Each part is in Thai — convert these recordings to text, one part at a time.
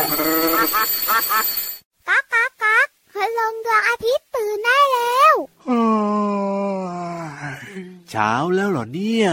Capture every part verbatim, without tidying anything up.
ก๊ากก๊ากก๊ากพลังดวงอาทิตย์ตื่นได้แล้วเช้าแล้วเหรอเนี่ย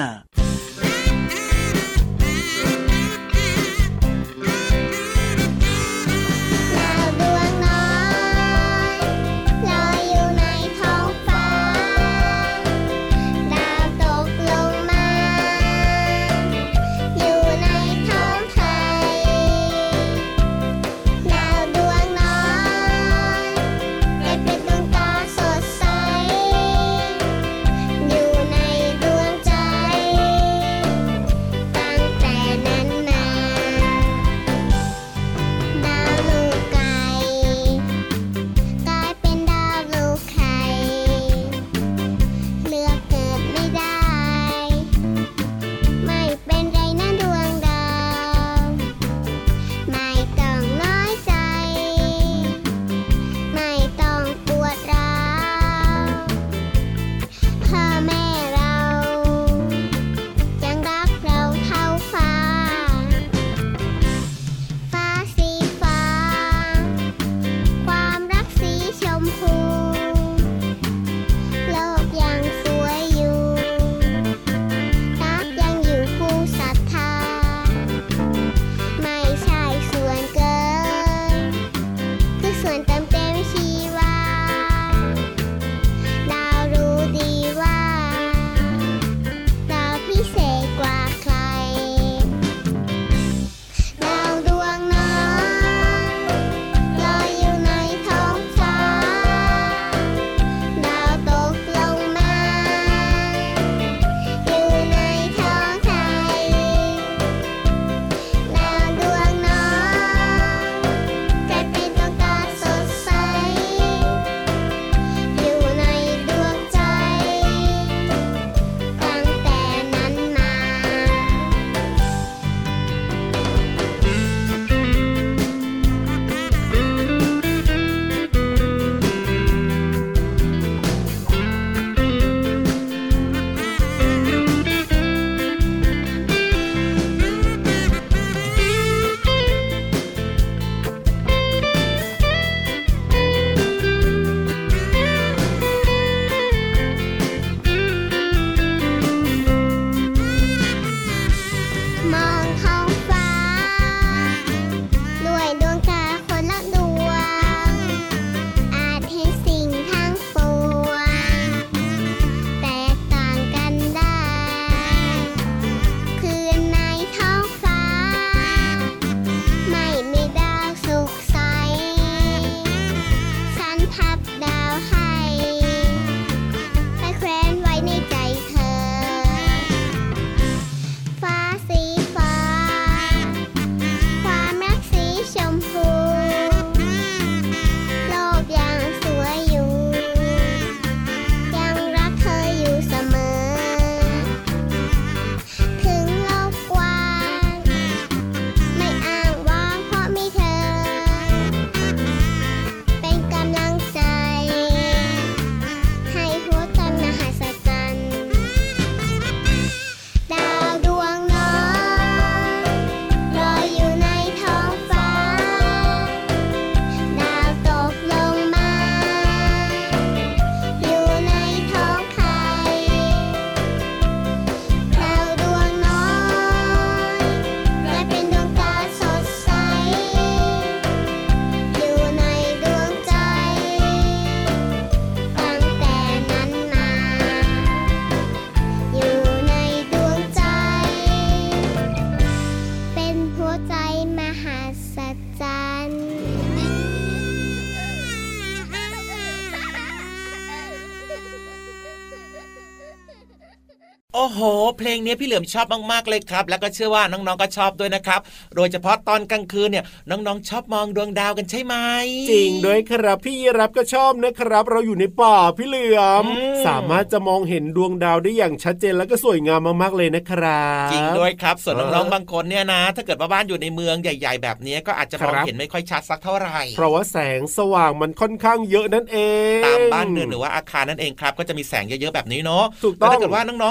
โอ้โหเพลงนี้พี่เหลือมชอบมากๆเลยครับแล้วก็เชื่อว่าน้องๆก็ชอบด้วยนะครับโดยเฉพาะตอนกลางคืนเนี่ยน้องๆชอบมองดวงดาวกันใช่ไหมจริงด้วยครับพี่รับก็ชอบนะครับเราอยู่ในป่าพี่เหลือมสามารถจะมองเห็นดวงดาวได้อย่างชัดเจนแล้วก็สวยงามมากๆเลยนะครับจริงด้วยครับส่วนน้องๆบางคนเนี่ยนะถ้าเกิดว่าบ้านอยู่ในเมืองใหญ่ๆแบบนี้ก็อาจจะมองเห็นไม่ค่อยชัดสักเท่าไหร่เพราะว่าแสงสว่างมันค่อนข้างเยอะนั่นเองตามบ้านเรือนหรือว่าอาคารนั่นเองครับก็จะมีแสงเยอะๆแบบนี้เนาะถูกต้องถ้าเกิดว่าน้องๆอยู่ที่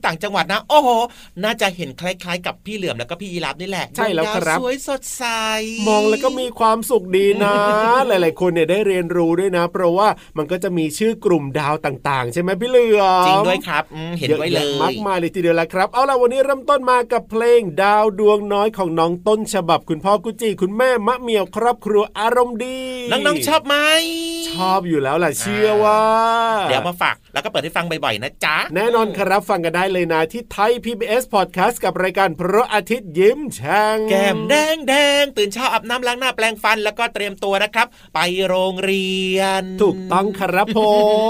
ต่างจังหวัดนะโอ้โหน่าจะเห็นคล้ายๆกับพี่เหลือมแล้วก็พี่ยีราฟนี่แหละใช่แล้วครับสวยสดใสมองแล้วก็มีความสุขดีนะ หลายๆคนเนี่ยได้เรียนรู้ด้วยนะเพราะว่ามันก็จะมีชื่อกลุ่มดาวต่างๆใช่ไหมพี่เหลือมจริงด้วยครับเห็นไว้เลยมากมายเลยทีเดียวละครับเอาล่ะวันนี้เริ่มต้นมากับเพลงดาวดวงน้อยของน้องต้นฉบับคุณพ่อกุจิคุณแม่มะเหมี่ยวครอบครัวอารมณ์ดีน้องๆชอบไหมชอบอยู่แล้วล่ะเชื่อว่าเดี๋ยวมาฝากแล้วก็เปิดให้ฟังบ่อยๆนะจ๊ะแน่นอนครับฟังกันได้เลยนะที่ไทย พี บี เอส Podcast กับรายการพระอาทิตย์ยิ้มแฉ่งแก้มแดงแดงตื่นเช้าอาบน้ำล้างหน้าแปรงฟันแล้วก็เตรียมตัวนะครับไปโรงเรียนถูกต้องครับผม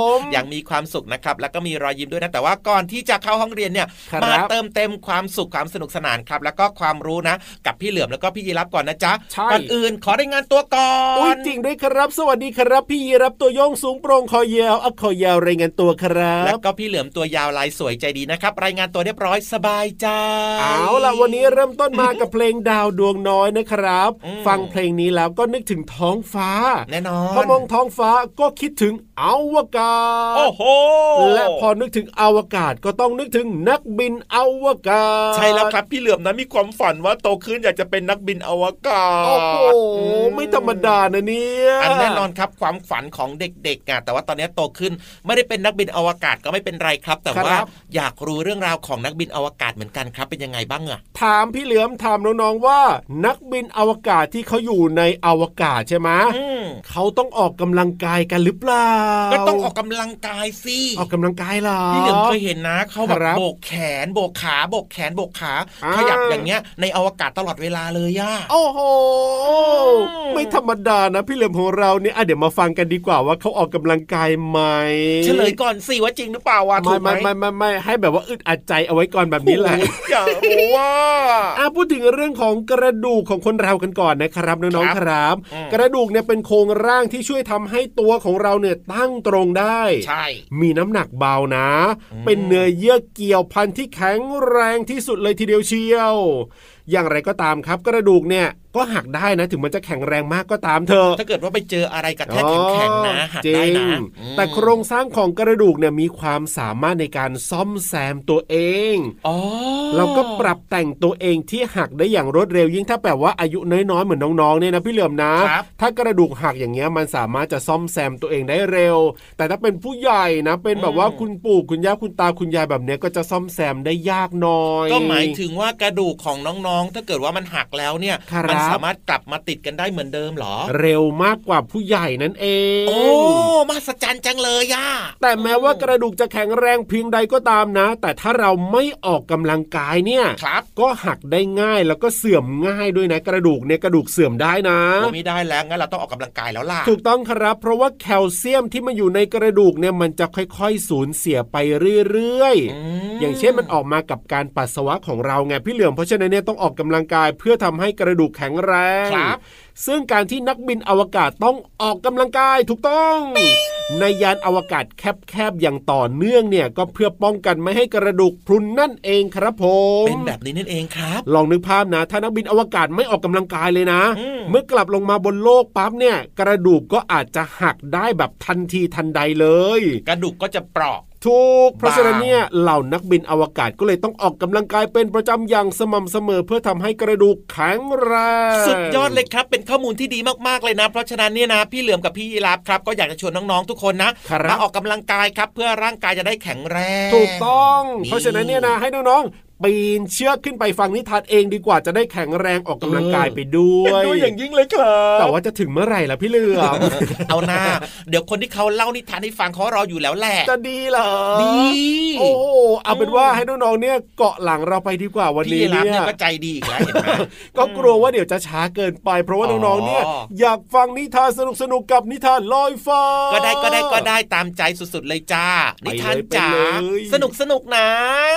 อย่างมีความสุขนะครับแล้วก็มีรอยยิ้มด้วยนะแต่ว่าก่อนที่จะเข้าห้องเรียนเนี่ยมาเติมเต็มความสุขความสนุกสนานครับแล้วก็ความรู้นะกับพี่เหลือมแล้วก็พี่ยีรับก่อนนะจ๊ะก่อนอื่นขอรายงานตัวก่อนอุ๊ยจริงด้วยครับสวัสดีครับพี่ยีรับตัวโยงสูงโปร่งคอยาวอักคอยาวรายงานตัวครับแล้วก็พี่เหลือมตัวยาวลายสวยใจดีนะครับรายงานตัวเรียบร้อยสบายใจเอาล่ะวันนี้เริ่มต้นมากับเพลงดาวดวงน้อยนะครับฟังเพลงนี้แล้วก็นึกถึงท้องฟ้าแน่นอนพอมองท้องฟ้าก็คิดถึงอวกาศโอ้โหและพอนึกถึงอวกาศก็ต้องนึกถึงนักบินอวกาศใช่แล้วครับพี่เหลือมนะมีความฝันว่าโตขึ้นอยากจะเป็นนักบินอวกาศโอ้โหไม่ธรรมดานะเนี่ยอันแน่นอนครับความฝันของเด็กๆอ่ะแต่ว่าตอนนี้โตขึ้นไม่ได้เป็นนักบินอวกาศก็ไม่เป็นไรครับแต่ว่าอยากรู้เรื่องราวของนักบินอวกาศเหมือนกันครับเป็นยังไงบ้างอ่ะถามพี่เหลือมถามน้องๆว่านักบินอวกาศที่เขาอยู่ในอวกาศใช่ไหมเขาต้องออกกำลังกายกันหรือเปล่าก็ต้องออกกำลังกายสิออกกำลังกายเหรอพี่เหลือมเคยเห็นนะเขาแบบโบกแขนโบกขาโบกแขนโบกขาขยับอย่างเงี้ยในอวกาศตลอดเวลาเลยย่าโอ้โหไม่ธรรมดานะพี่เหลือมของเราเนี่ยเดี๋ยวมาฟังกันดีกว่าว่าเขาออกกำลังกายไหมเฉลยก่อนสิว่าจริงหรือเปล่าวะถูกไหมไม่ไม่ไม่ไม่ให้แบบว่าอึดอัดใจเอาไว้ก่อนแบบนี้แหละอยากรู้ว่าอ่ะพูดถึงเรื่องของกระดูกของคนเรากันก่อนนะครับน้องๆครับกระดูกเนี่ยเป็นโครงร่างที่ช่วยทำให้ตัวของเราเนี่ยตั้งตรงได้ใช่มีน้ำหนักเบานะเป็นเนื้อเยื่อเกี่ยวพันที่แข็งแรงที่สุดเลยทีเดียวเชียวอย่างไรก็ตามครับกระดูกเนี่ยก็หักได้นะถึงมันจะแข็งแรงมากก็ตามเถอะถ้าเกิดว่าไปเจออะไรกระแทกแข็งๆนะหักได้นะแต่โครงสร้างของกระดูกเนี่ยมีความสามารถในการซ่อมแซมตัวเองเราก็ปรับแต่งตัวเองที่หักได้อย่างรวดเร็วยิ่งถ้าแบบว่าอายุน้อยๆเหมือนน้องๆเนี่ยนะพี่เหลือมนะถ้ากระดูกหักอย่างเงี้ยมันสามารถจะซ่อมแซมตัวเองได้เร็วแต่ถ้าเป็นผู้ใหญ่นะเป็นแบบว่าคุณปู่คุณย่าคุณตาคุณยายแบบเนี้ยก็จะซ่อมแซมได้ยากหน่อยก็หมายถึงว่ากระดูกของน้องๆถ้าเกิดว่ามันหักแล้วเนี่ยมันสามารถกลับมาติดกันได้เหมือนเดิมหรอเร็วมากกว่าผู้ใหญ่นั่นเองโอ้มหัศจรรย์จังเลยย่าแต่แม้ว่ากระดูกจะแข็งแรงเพียงใดก็ตามนะแต่ถ้าเราไม่ออกกำลังกายเนี่ยก็หักได้ง่ายแล้วก็เสื่อมง่ายด้วยนะกระดูกเนี่ยกระดูกเสื่อมได้นะไม่ได้แล้วงั้นเราต้องออกกำลังกายแล้วล่ะถูกต้องครับเพราะว่าแคลเซียมที่มันอยู่ในกระดูกเนี่ยมันจะค่อยๆสูญเสียไปเรื่อยๆอย่างเช่นมันออกมากับการปัสสาวะของเราไงพี่เหลือมเพราะฉะนั้นเนี่ยต้องออกกำลังกายเพื่อทำให้กระดูกแข็งแรงซึ่งการที่นักบินอวกาศต้องออกกำลังกายถูกต้องในยานอวกาศแคบๆอย่างต่อเนื่องเนี่ยก็เพื่อป้องกันไม่ให้กระดูกพรุนนั่นเองครับผมเป็นแบบนี้นั่นเองครับลองนึกภาพนะถ้านักบินอวกาศไม่ออกกำลังกายเลยนะเมื่อกลับลงมาบนโลกปั๊บเนี่ยกระดูกก็อาจจะหักได้แบบทันทีทันใดเลยกระดูกก็จะเปราะถูกเพราะฉะนั้นเนี่ยเหล่านักบินอวกาศก็เลยต้องออกกำลังกายเป็นประจำอย่างสม่ำเสมอเพื่อทำให้กระดูกแข็งแรงสุดยอดเลยครับเป็นข้อมูลที่ดีมากๆเลยนะเพราะฉะนั้นเนี่ยนะพี่เหลือมกับพี่ยีราฟครับก็อยากจะชวนน้องๆทุกคนนะมาออกกำลังกายครับเพื่อร่างกายจะได้แข็งแรงถูกต้องเพราะฉะนั้นเนี่ยนะให้น้องๆปีนเชือกขึ้นไปฟังนิทานเองดีกว่าจะได้แข็งแรงออกกำลังกายไปด้วยด้วยอย่างยิ่งเลยครับแต่ว่าจะถึงเมื่อไหร่ล่ะพี่เหลือมเอาหน้าเดี๋ยวคนที่เขาเล่านิทานให้ฟังเขารออยู่แล้วแหละจะดีเหรอดีโอ้เอาเป็นว่าให้น้องๆเนี่ยเกาะหลังเราไปดีกว่าวันนี้เนี่ยก็ใจดีอีกแล้วเห็นไหมก็กลัวว่าเดี๋ยวจะช้าเกินไปเพราะว่าน้องๆเนี่ยอยากฟังนิทานสนุกๆกับนิทานลอยฟ้าก็ได้ก็ได้ก็ได้ตามใจสุดๆเลยจ้านิทานจ๋าสนุกสนุกนะ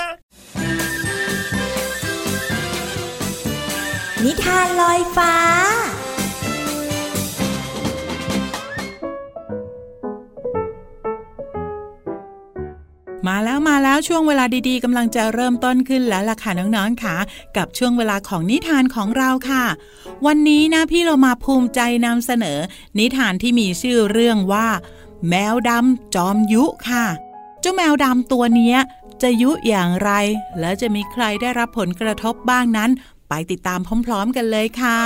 นิทานลอยฟ้ามาแล้วมาแล้วช่วงเวลาดีๆกำลังจะเริ่มต้นขึ้นแล้วล่ะค่ะน้องๆค่ะกับช่วงเวลาของนิทานของเราค่ะวันนี้นะพี่เรามาภูมิใจนำเสนอนิทานที่มีชื่อเรื่องว่าแมวดำจอมยุค่ะเจ้าแมวดำตัวเนี้ยจะยุอย่างไรและจะมีใครได้รับผลกระทบบ้างนั้นไปติดตามพร้อมๆกันเลยค่ะ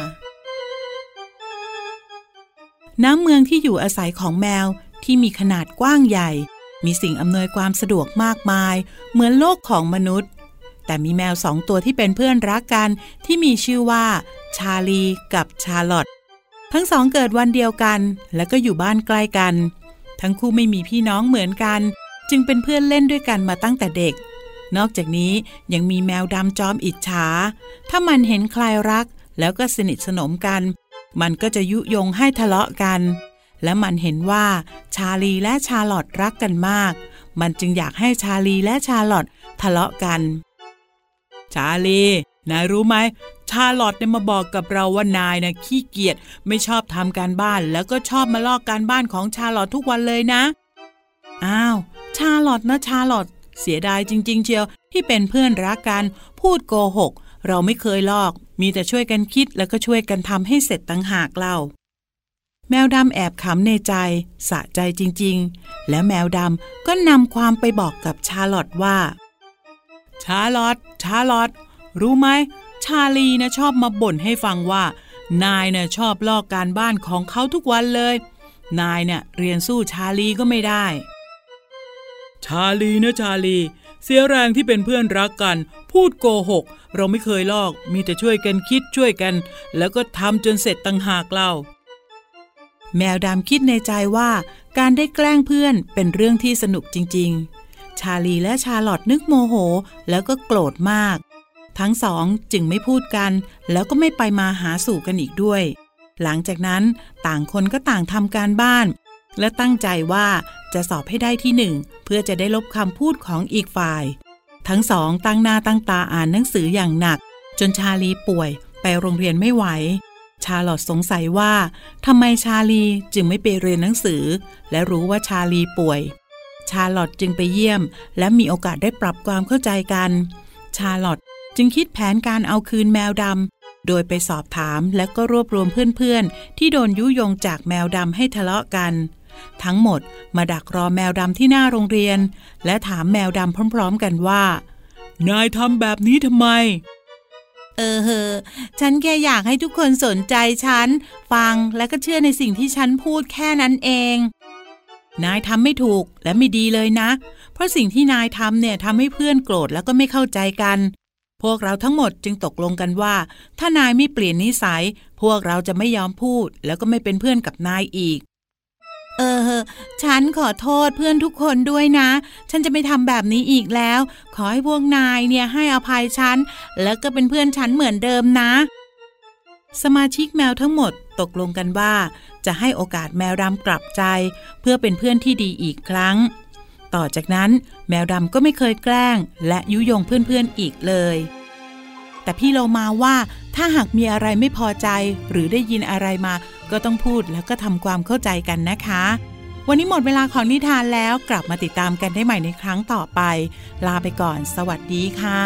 น้ำเมืองที่อยู่อาศัยของแมวที่มีขนาดกว้างใหญ่มีสิ่งอำนวยความสะดวกมากมายเหมือนโลกของมนุษย์แต่มีแมวสองตัวที่เป็นเพื่อนรักกันที่มีชื่อว่าชาลีกับชาร์ลอตทั้งสองเกิดวันเดียวกันและก็อยู่บ้านใกล้กันทั้งคู่ไม่มีพี่น้องเหมือนกันจึงเป็นเพื่อนเล่นด้วยกันมาตั้งแต่เด็กนอกจากนี้ยังมีแมวดำจอมอิจฉาถ้ามันเห็นใครรักแล้วก็สนิทสนมกันมันก็จะยุยงให้ทะเลาะกันและมันเห็นว่าชาลีและชาร์ลอตรักกันมากมันจึงอยากให้ชาลีและชาร์ลอตทะเลาะกันชาลีนายรู้ไหมชาร์ลอตเนี่ยมาบอกกับเราว่านายนะขี้เกียจไม่ชอบทำการบ้านแล้วก็ชอบมาลอกการบ้านของชาร์ลอตทุกวันเลยนะอ้าวชาร์ลอตนะชาร์ลอตเสียดายจริงๆเชียวที่เป็นเพื่อนรักกันพูดโกหกเราไม่เคยลอกมีแต่ช่วยกันคิดแล้วก็ช่วยกันทำให้เสร็จต่างหากเล่าแมวดำแอบขำในใจสะใจจริงๆแล้วแมวดำก็นำความไปบอกกับชาร์ลอตว่าชาร์ลอตชาร์ลอตรู้ไหมชาลีนะชอบมาบ่นให้ฟังว่านายนะชอบลอกการบ้านของเขาทุกวันเลยนายเนี่ยเรียนสู้ชาลีก็ไม่ได้ชาลีนะชาลีเสียแรงที่เป็นเพื่อนรักกันพูดโกหกเราไม่เคยลอกมีแต่ช่วยกันคิดช่วยกันแล้วก็ทำจนเสร็จต่างหากเล่าแมวดำคิดในใจว่าการได้แกล้งเพื่อนเป็นเรื่องที่สนุกจริงๆชาลีและชาร์ลอตนึกโมโหแล้วก็โกรธมากทั้งสองจึงไม่พูดกันแล้วก็ไม่ไปมาหาสู่กันอีกด้วยหลังจากนั้นต่างคนก็ต่างทำการบ้านและตั้งใจว่าจะสอบให้ได้ที่หนึ่งเพื่อจะได้ลบคำพูดของอีกฝ่ายทั้งสองตั้งหน้าตั้งตาอ่านหนังสืออย่างหนักจนชาลีป่วยไปโรงเรียนไม่ไหวชาร์ลอตสงสัยว่าทำไมชาลีจึงไม่ไปเรียนหนังสือและรู้ว่าชาลีป่วยชาร์ลอตจึงไปเยี่ยมและมีโอกาสได้ปรับความเข้าใจกันชาร์ลอตจึงคิดแผนการเอาคืนแมวดำโดยไปสอบถามและก็รวบรวมเพื่อนๆที่โดนยุยงจากแมวดำให้ทะเลาะกันทั้งหมดมาดักรอแมวดำที่หน้าโรงเรียนและถามแมวดำพร้อมๆกันว่านายทำแบบนี้ทำไมเออเฮอฉันแค่อยากให้ทุกคนสนใจฉันฟังและก็เชื่อในสิ่งที่ฉันพูดแค่นั้นเองนายทำไม่ถูกและไม่ดีเลยนะเพราะสิ่งที่นายทำเนี่ยทำให้เพื่อนโกรธแล้วก็ไม่เข้าใจกันพวกเราทั้งหมดจึงตกลงกันว่าถ้านายไม่เปลี่ยนนิสัยพวกเราจะไม่ยอมพูดแล้วก็ไม่เป็นเพื่อนกับนายอีกเออฉันขอโทษเพื่อนทุกคนด้วยนะฉันจะไม่ทำแบบนี้อีกแล้วขอให้พวกนายเนี่ยให้อภัยฉันแล้วก็เป็นเพื่อนฉันเหมือนเดิมนะสมาชิกแมวทั้งหมดตกลงกันว่าจะให้โอกาสแมวดำกลับใจเพื่อเป็นเพื่อนที่ดีอีกครั้งต่อจากนั้นแมวดำก็ไม่เคยแกล้งและยุยงเพื่อนๆอีกเลยแต่พี่โลมาว่าถ้าหากมีอะไรไม่พอใจหรือได้ยินอะไรมาก็ต้องพูดแล้วก็ทำความเข้าใจกันนะคะวันนี้หมดเวลาของนิทานแล้วกลับมาติดตามกันได้ใหม่ในครั้งต่อไปลาไปก่อนสวัสดีค่ะ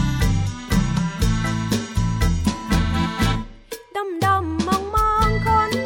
ดมมองมองคน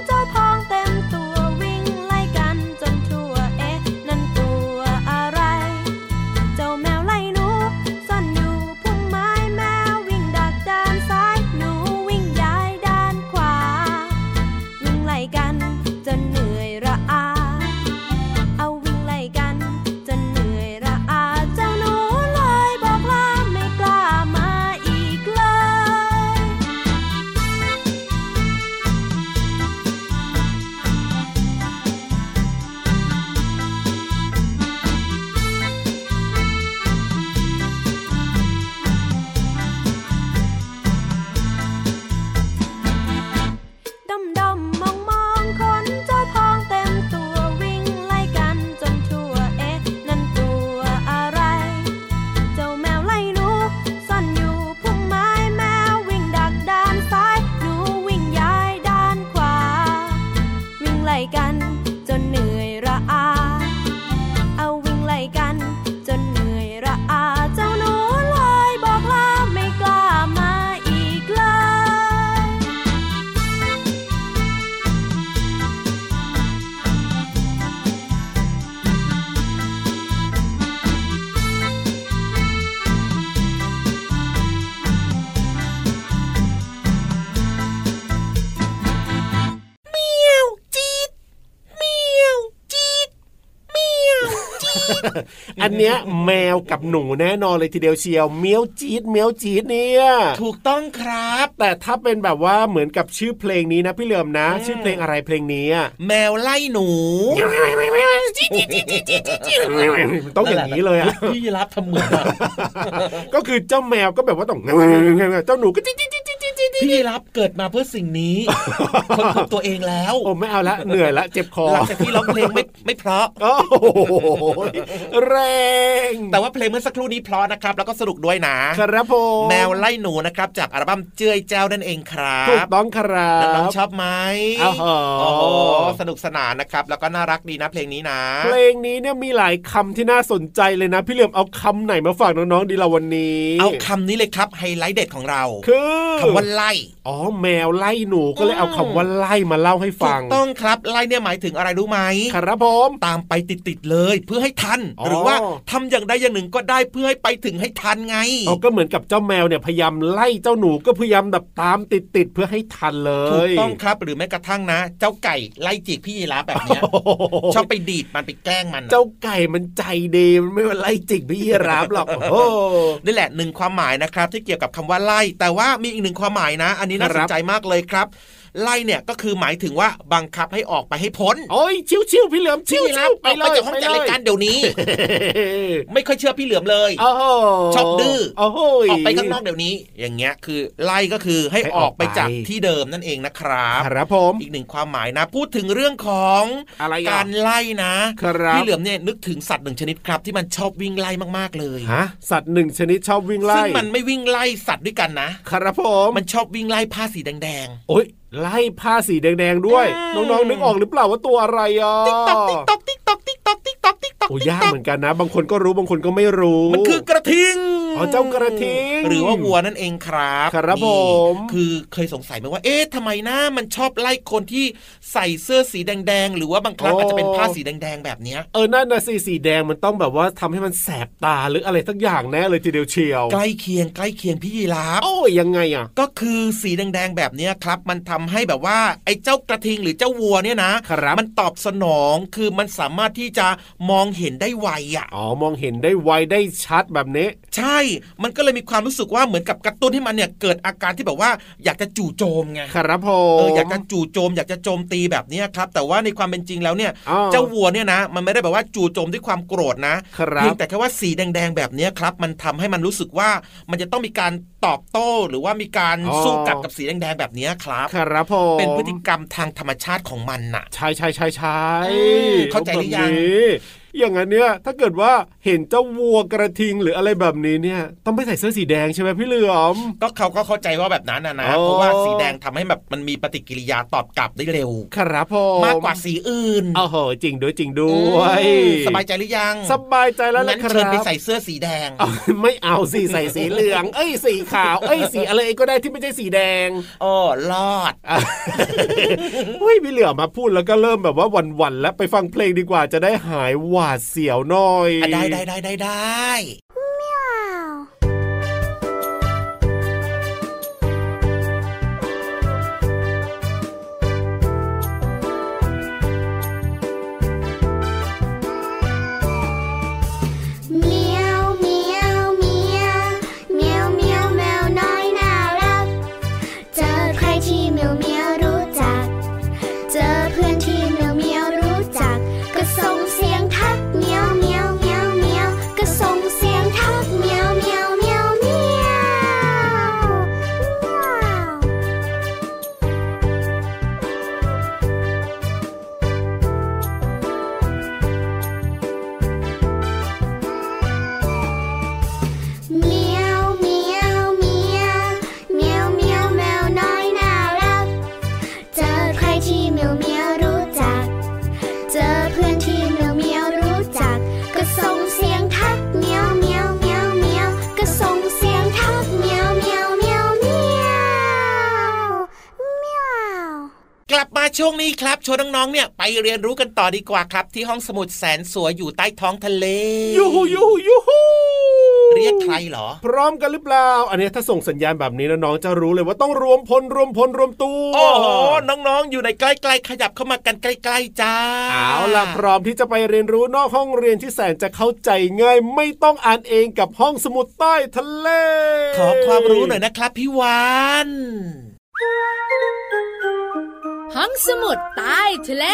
อันเนี้ยแมวกับหนูแน่นอนเลยทีเดียวเชียวเมียวจี๊ดเมียวจี๊ดเนี่ยถูกต้องครับแต่ถ้าเป็นแบบว่าเหมือนกับชื่อเพลงนี้นะพี่เหลือมนะชื่อเพลงอะไรเพลงนี้แมวไล่หนูต้องอย่างนี้เลยอ่ะพี่รับทำเหมือนก็คือเจ้าแมวก็แบบว่าต้องเจ้าหนูก็พี่รับเกิดมาเพื่อสิ่งนี้คนพบตัวเองแล้วโอ้ไม่เอาละเหนื่อยละเจ็บคอหลังจากที่ร้องเพลงไม่ไม่เพราะโอ้โหแรงแต่ว่าเพลงเมื่อสักครู่นี้เพราะนะครับแล้วก็สนุกด้วยนะครับผมแมวไล่หนูนะครับจากอัลบั้มเจ้ยแจ้วนั่นเองครับถูกต้องครับน้องชอบไหมโอ้โหสนุกสนานนะครับแล้วก็น่ารักดีนะเพลงนี้นะเพลงนี้เนี่ยมีหลายคำที่น่าสนใจเลยนะพี่เหลือมเอาคำไหนมาฝากน้องๆดีละวันนี้เอาคำนี้เลยครับไฮไลท์เด็ดของเราคือคำว่าไล่อ๋อแมวไล่หนูก็เลยเอาคำว่าไล่มาเล่าให้ฟังถูกต้องครับไล่เนี่ยหมายถึงอะไรรู้ไหมครับผมตามไปติดๆเลยเพื่อให้ทันหรือว่าทำอย่างใดอย่างหนึ่งก็ได้เพื่อให้ไปถึงให้ทันไงอ๋อก็เหมือนกับเจ้าแมวเนี่ยพยายามไล่เจ้าหนูก็พยายามแบบตามติดๆเพื่อให้ทันเลยถูกต้องครับหรือแม้กระทั่งนะเจ้าไก่ไล่จิกพี่ยีราฟแบบนี้ชอบไปดีดมันไปแกล้งมันเจ้าไก่มันใจดีมันไม่มาไล่จิกพี่ยีราฟหรอกโอ้นี่แหละหนึ่งความหมายนะครับที่เกี่ยวกับคำว่าไล่แต่ว่ามีอีกหนึ่งความหมายนะอันนี้น่าสนใจมากเลยครับไล่เนี่ยก็คือหมายถึงว่าบังคับให้ออกไปให้พ้นโอ้ยชิวๆพี่เหลือมชิวๆไปเลยจากห้องจัดรายการเดี๋ยวนี้ไม่ค่อยเชื่อพี่เหลือมเลยชอบดื้อออกไปข้างนอกเดี๋ยวนี้อย่างเงี้ยคือไล่ก็คือให้ออกไปจากที่เดิมนั่นเองนะครับครับผมอีกหนึ่งความหมายนะพูดถึงเรื่องของการไล่นะพี่เหลือมเนี่ยนึกถึงสัตว์หนึ่งชนิดครับที่มันชอบวิ่งไล่มากๆเลยฮะสัตว์หนึ่งชนิดชอบวิ่งไล่ซึ่งมันไม่วิ่งไล่สัตว์ด้วยกันนะครับผมมันชอบวิ่งไล่ผ้าสีแดงๆโอ๊ยไล่ผ้าสีแดงๆด้วยน้องๆนึกออกหรือเปล่าว่าตัวอะไรอ่ะติ๊กต๊อกติ๊กต๊อกติ๊กต๊อกติ๊กต๊อกติ๊กต๊อกติ๊กต๊อกโอ้ยากเหมือนกันนะบางคนก็รู้บางคนก็ไม่รู้มันคือกระทิงอ๋อเจ้ากระทิงหรือว่าวัวนั่นเองครับครับผมคือเคยสงสัยไหมว่าเอ๊ะทำไมนะมันชอบไล่คนที่ใส่เสื้อสีแดงๆหรือว่าบางครั้งอาจจะเป็นผ้าสีแดงๆแบบนี้เออนั่นน่ะสีสีแดงมันต้องแบบว่าทำให้มันแสบตาหรืออะไรสักอย่างแน่เลยทีเดียวเชียวใกล้เคียงใกล้เคียงพี่ยีราฟโอ้ยยังไงอ่ะก็คือสีแดงๆแบบนี้ครับมันทำให้แบบว่าไอ้เจ้ากระทิงหรือเจ้าวัวเนี่ยนะมันตอบสนองคือมันสามารถที่จะมองเห็นได้ไวอ่ะอ๋อมองเห็นได้ไวได้ชัดแบบนี้ใช่มันก็เลยมีความรู้สึกว่าเหมือนกับกระตุ้นให้มันเนี่ยเกิดอาการที่แบบว่าอยากจะจู่โจมไงครับผมเอออยากจะจู่โจมอยากจะโจมตีแบบนี้ครับแต่ว่าในความเป็นจริงแล้วเนี่ยเจ้าวัวเนี่ยนะมันไม่ได้แบบว่าจู่โจมด้วยความโกรธนะเพียงแต่แค่ว่าสีแดงๆแบบนี้ครับมันทำให้มันรู้สึกว่ามันจะต้องมีการตอบโต้หรือว่ามีการสู้กลับกับสีแดงๆแบบนี้ครับครับผมเป็นพฤติกรรมทางธรรมชาติของมันน่ะใช่ใช่ใช่ใช่เข้าใจหรือยังอย่างนั้นเนี่ยถ้าเกิดว่าเห็นเจ้าวัวกระทิงหรืออะไรแบบนี้เนี่ยต้องไม่ใส่เสื้อสีแดงใช่ไหมพี่เหลือมก็เขาก็เข้าใจว่าแบบนั้นนะนะเพราะว่าสีแดงทำให้แบบมันมีปฏิกิริยาตอบกลับได้เร็วครับผมมากกว่าสีอื่นโอ้โหจริงด้วยจริงด้วยสบายใจหรือยังสบายใจแล้วละครับเชิญไปใส่เสื้อสีแดงไม่เอาสิใส่สีเหลืองเอ้ยสีขาวเอ้ยสีอะไรก็ได้ที่ไม่ใช่สีแดงโอ้รอดเฮ้ยพี่เหลือมมาพูดแล้วก็เริ่มแบบว่าหวั่นๆแล้วไปฟังเพลงดีกว่าจะได้หายหวาดเสียวน้อยได้ได้ได้ได้ได้ช่วงนี้ครับชวนน้องๆเนี่ยไปเรียนรู้กันต่อดีกว่าครับที่ห้องสมุดแสนสวยอยู่ใต้ท้องทะเลยูฮูยูฮูยูฮูเรียกใครเหรอพร้อมกันหรือเปล่าอันนี้ถ้าส่งสัญญาณแบบนี้นะน้องจะรู้เลยว่าต้องรวมพลรวมพลรวมตัวโอ้โหน้องๆอยู่ในใกล้ๆขยับเข้ามากันใกล้ๆจ้าเอาล่ะพร้อมที่จะไปเรียนรู้นอกห้องเรียนที่แสนจะเข้าใจง่ายไม่ต้องอ่านเองกับห้องสมุดใต้ทะเลขอความรู้หน่อยนะครับพี่วานห้องสมุดใต้ทะเล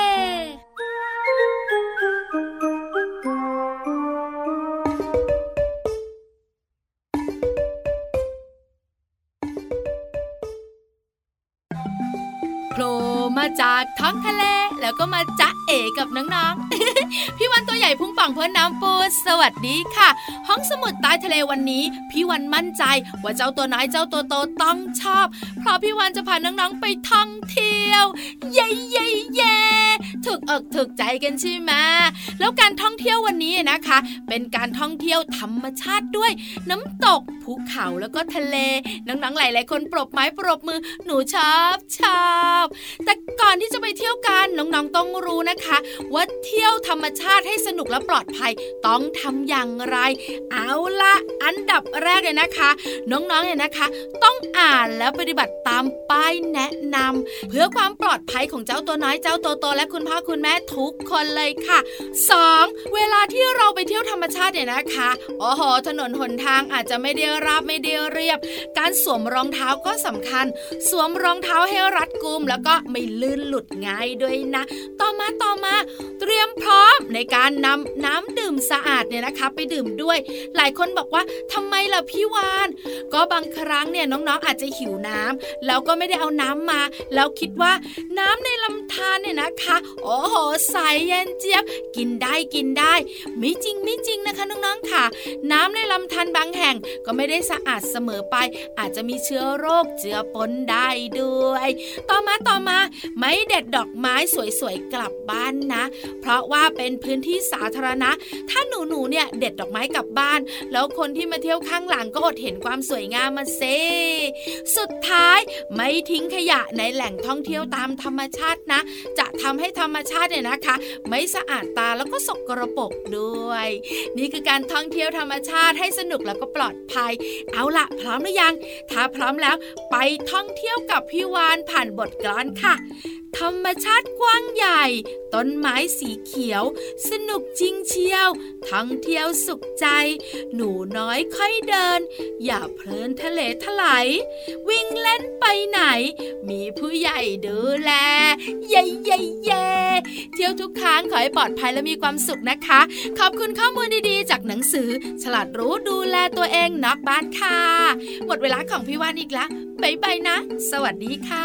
โผล่มาจากท้องทะเลแล้วก็มาจ๊ะเอ๋กับน้องๆ พี่วันตัวใหญ่พุงป่องพ้นน้ำปูสวัสดีค่ะห้องสมุดใต้ทะเลวันนี้พี่วันมั่นใจว่าเจ้าตัวน้อยเจ้าตัวโตต้องชอบเพราะพี่วันจะพาน้องๆไปท่องเที่ยวเย้เย้เย้ถูกอกถูกใจกันใช่ไหมแล้วการท่องเที่ยววันนี้นะคะเป็นการท่องเที่ยวธรรมชาติด้วยน้ำตกภูเขาแล้วก็ทะเลน้องๆหลายๆคนปรบไม้ปรบมือหนูชอบชอบแต่ก่อนที่จะไปเที่ยวกันน้องๆต้องรู้นะคะว่าเที่ยวธรรมชาติให้สนุกและปลอดภัยต้องทำอย่างไรเอาล่ะอันดับแรกเลยนะคะน้องๆเนี่ยนะคะต้องอ่านแล้วปฏิบัติตามป้ายแนะนำเพื่อความปลอดภัยของเจ้าตัวน้อยเจ้าตัวโตและคุณพ่อคุณแม่ทุกคนเลยค่ะสองเวลาที่เราไปเที่ยวธรรมชาติเนี่ยนะคะโอ้โหถนนหนทางอาจจะไม่ได้ราบไม่ได้เรียบการสวมรองเท้าก็สำคัญสวมรองเท้าให้รัดกุมแล้วก็ไม่ลื่นหลุดง่ายด้วยนะต่อมาต่อมาเตรียมพร้อมในการนำน้ำดื่มสะอาดเนี่ยนะคะไปดื่มด้วยหลายคนบอกว่าทำไมล่ะพี่วานก็บางครั้งเนี่ยน้องๆอาจจะหิวน้ำแล้วก็ไม่ได้เอาน้ำมาแล้วคิดว่าน้ำในลำธารเนี่ยนะคะโอ้โหใสเย็นเจี๊ยบกินได้กินได้ไม่จริงไม่จริงนะคะน้องๆค่ะน้ำในลำธารบางแห่งก็ไม่ได้สะอาดเสมอไปอาจจะมีเชื้อโรคเจือปนได้ด้วยต่อมาต่อมาไม่เด็ดดอกไม้สวยๆกลับบ้านนะเพราะว่าเป็นพื้นที่สาธารณะถ้าหนูๆเนี่ยเด็ดดอกไม้กลับบ้านแล้วคนที่มาเที่ยวข้างหลังก็อดเห็นความสวยงามมาเซสุดท้ายไม่ทิ้งขยะในแหล่งท่องเที่ยวตามธรรมชาตินะจะทำให้ธรรมชาติเนี่ยนะคะไม่สะอาดตาแล้วก็สกปรกด้วยนี่คือการท่องเที่ยวธรรมชาติให้สนุกแล้วก็ปลอดภัยเอาล่ะพร้อมหรือยังถ้าพร้อมแล้วไปท่องเที่ยวกับพี่วานผ่านบทกลอนค่ะธรรมชาติกว้างใหญ่ต้นไม้สีเขียวสนุกจริงเชียวท่องเที่ยวสุขใจหนูน้อยค่อยเดินอย่าเพลินทะเลถลายวิ่งเล่นไปไหนมีผู้ใหญ่ดูแลเย้เย้เย้เที่ยวทุกครั้งขอให้ปลอดภัยและมีความสุขนะคะขอบคุณข้อมูลดีๆจากหนังสือฉลาดรู้ดูแลตัวเองนอกบ้านค่ะหมดเวลาของพี่วานอีกแล้วบ๊ายบายนะสวัสดีค่ะ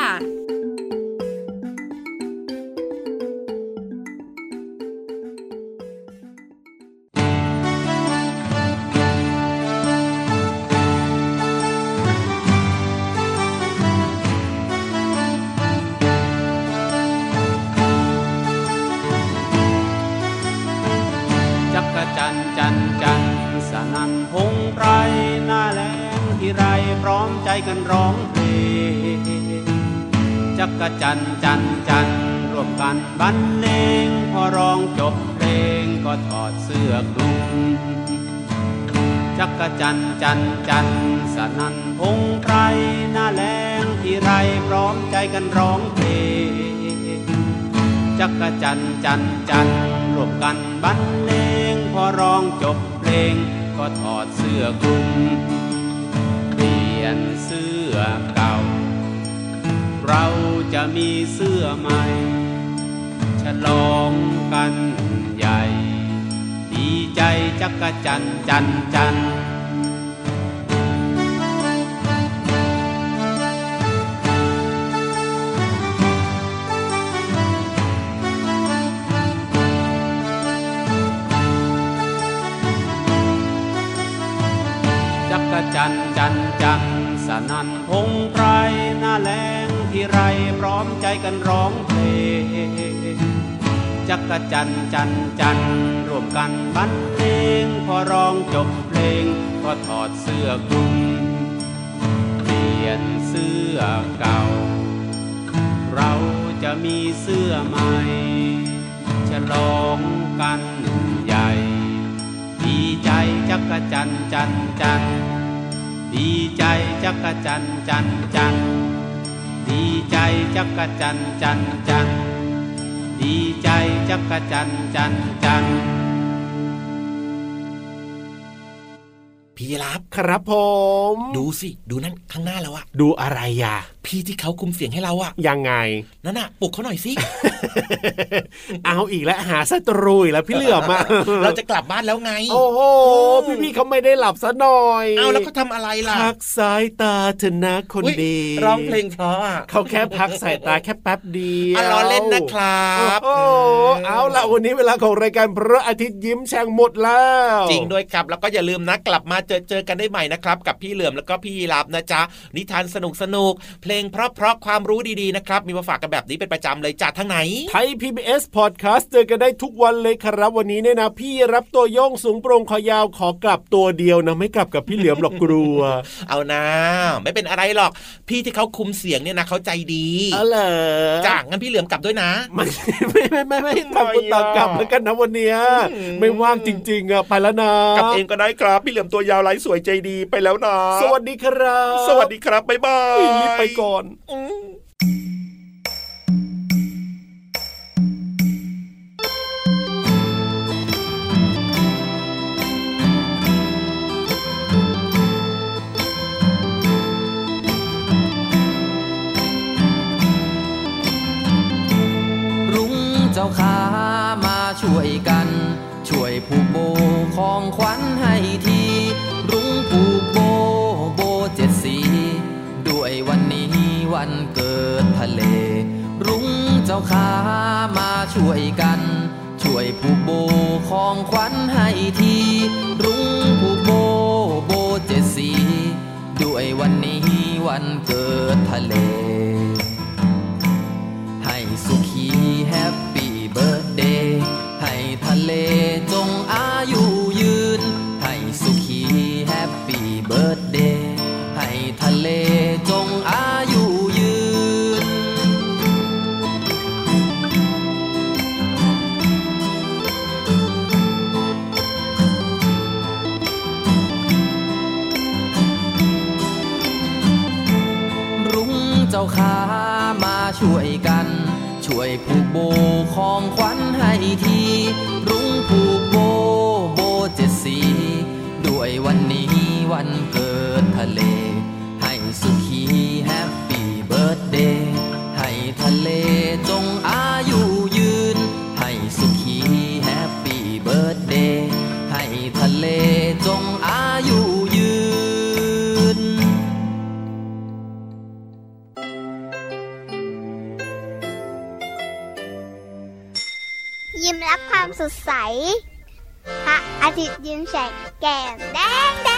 กันร้องเพลงจักจั่นจั่นจั่นร่วมกันบรรเลงพอร้องจบเพลงก็ถอดเสื้อคลุมจักจั่นจั่นจั่นสนั่นพงไพรหน้าแล้งที่ไรพร้อมใจกันร้องเพลงจักจั่นจั่นจั่นร่วมกันบรรเลงพอร้องจบเพลงก็ถอดเสื้อคลุมเสื้อเก่าเราจะมีเสื้อใหม่ฉลองกันใหญ่ดีใจจักจั่นจั่นจั่นจักจั่นจั่นจั่นสนั่นพงไพรหน้าแล้งที่ไรพร้อมใจกันร้องเพลงจักจั่นจั่นจั่นร่วมกันบรรเลงพอร้องจบเพลงก็ถอดเสื้อคลุมเปลี่ยนเสื้อเก่าเราจะมีเสื้อใหม่ฉลองกันใหญ่ดีใจจักกจั่นจั่นจั่นดีใจจักจั่นจั่นจั่นดีใจจักจั่นจั่นจั่นดีใจจักจั่นจั่นจั่นพี่รับครับผมดูสิดูนั่นข้างหน้าเราอะดูอะไรอ่ะพี่ที่เขาคุมเสียงให้เราอะยังไงนั่นน่ะปลุกเขาหน่อยสิเอาอีกแล้วหาศัตรูอีกแล้วพี่เหลือมเราจะกลับบ้านแล้วไงโอ้โหพี่ๆเขาไม่ได้หลับซะหน่อยเอาแล้วเขาทำอะไรล่ะพักสายตาเถอะนะคนดีร้องเพลงเพราะอ่ะเขาแค่พักสายตาแค่แป๊บเดียวล้อเล่นนะครับโอ้เอาล่ะวันนี้เวลาของรายการพระอาทิตย์ยิ้มแฉ่งหมดแล้วจริงด้วยครับแล้วก็อย่าลืมนะกลับมาเจอเจอกันได้ใหม่นะครับกับพี่เหลือมแล้วก็พี่ยีรับนะจ๊ะนิทานสนุกสนุกเพลงเพราะเพราะความรู้ดีๆนะครับมีมาฝากกันแบบนี้เป็นประจำเลยจากทางไหนไทย พี บี เอส Podcast เจอกันได้ทุกวันเลยครับวันนี้เนี่ยนะพี่รับตัวโยงสูงโปร่งคอยาวขอกลับตัวเดียวนะไม่กลับกับพี่เหลือมหรอกกลัวเอานะไม่เป็นอะไรหรอกพี่ที่เขาคุมเสียงเนี่ยนะเขาใจดีอ๋อเหรอจ้างั้นพี่เหลือมกลับด้วยนะไม่ไม่ไม่ไม่ไม่ทำกูตากลับแล้วกันนะวันเนี้ยไม่ว่างจริงๆอ่ะไปแล้วนะกลับเองก็ได้ครับพี่เหลือมตัวยาวลายสวยใจดีไปแล้วนะสวัสดีครับสวัสดีครับบ๊ายบายรีบไปก่อนเจ้าขามาช่วยกันช่วยผูกโบของขวัญให้ทีรุ้งผูกโบโบเจ็ดสีด้วยวันนี้วันเกิดทะเลรุ้งเจ้าขามาช่วยกันช่วยผูกโบของขวัญให้ทีรุ้งผูกโบโบเจ็ดสีด้วยวันนี้วันเกิดทะเลให้สุขีแฮปปี้เบิร์ธเดย์ให้ทะเลจงอายุยืนให้สุขีแฮปปี้เบิร์ธเดย์ให้ทะเลจงอายุยืนรุ้งเจ้าขามาช่วยกันช่วยผูกโบของขวัญให้ทีรุ้งผูกโบโบเจ็ดสีด้วยวันนี้วันเกิดทะเลให้สุขีแฮปปี้เบิร์ธเดย์ให้ทะเลจงอายุยืนให้สุขีแฮปปี้เบิร์ธเดย์ให้ทะเลจงอายุยืนยิ้มรับความสดใสพระอาทิตย์ยิ้มแฉกแก้มแดงแด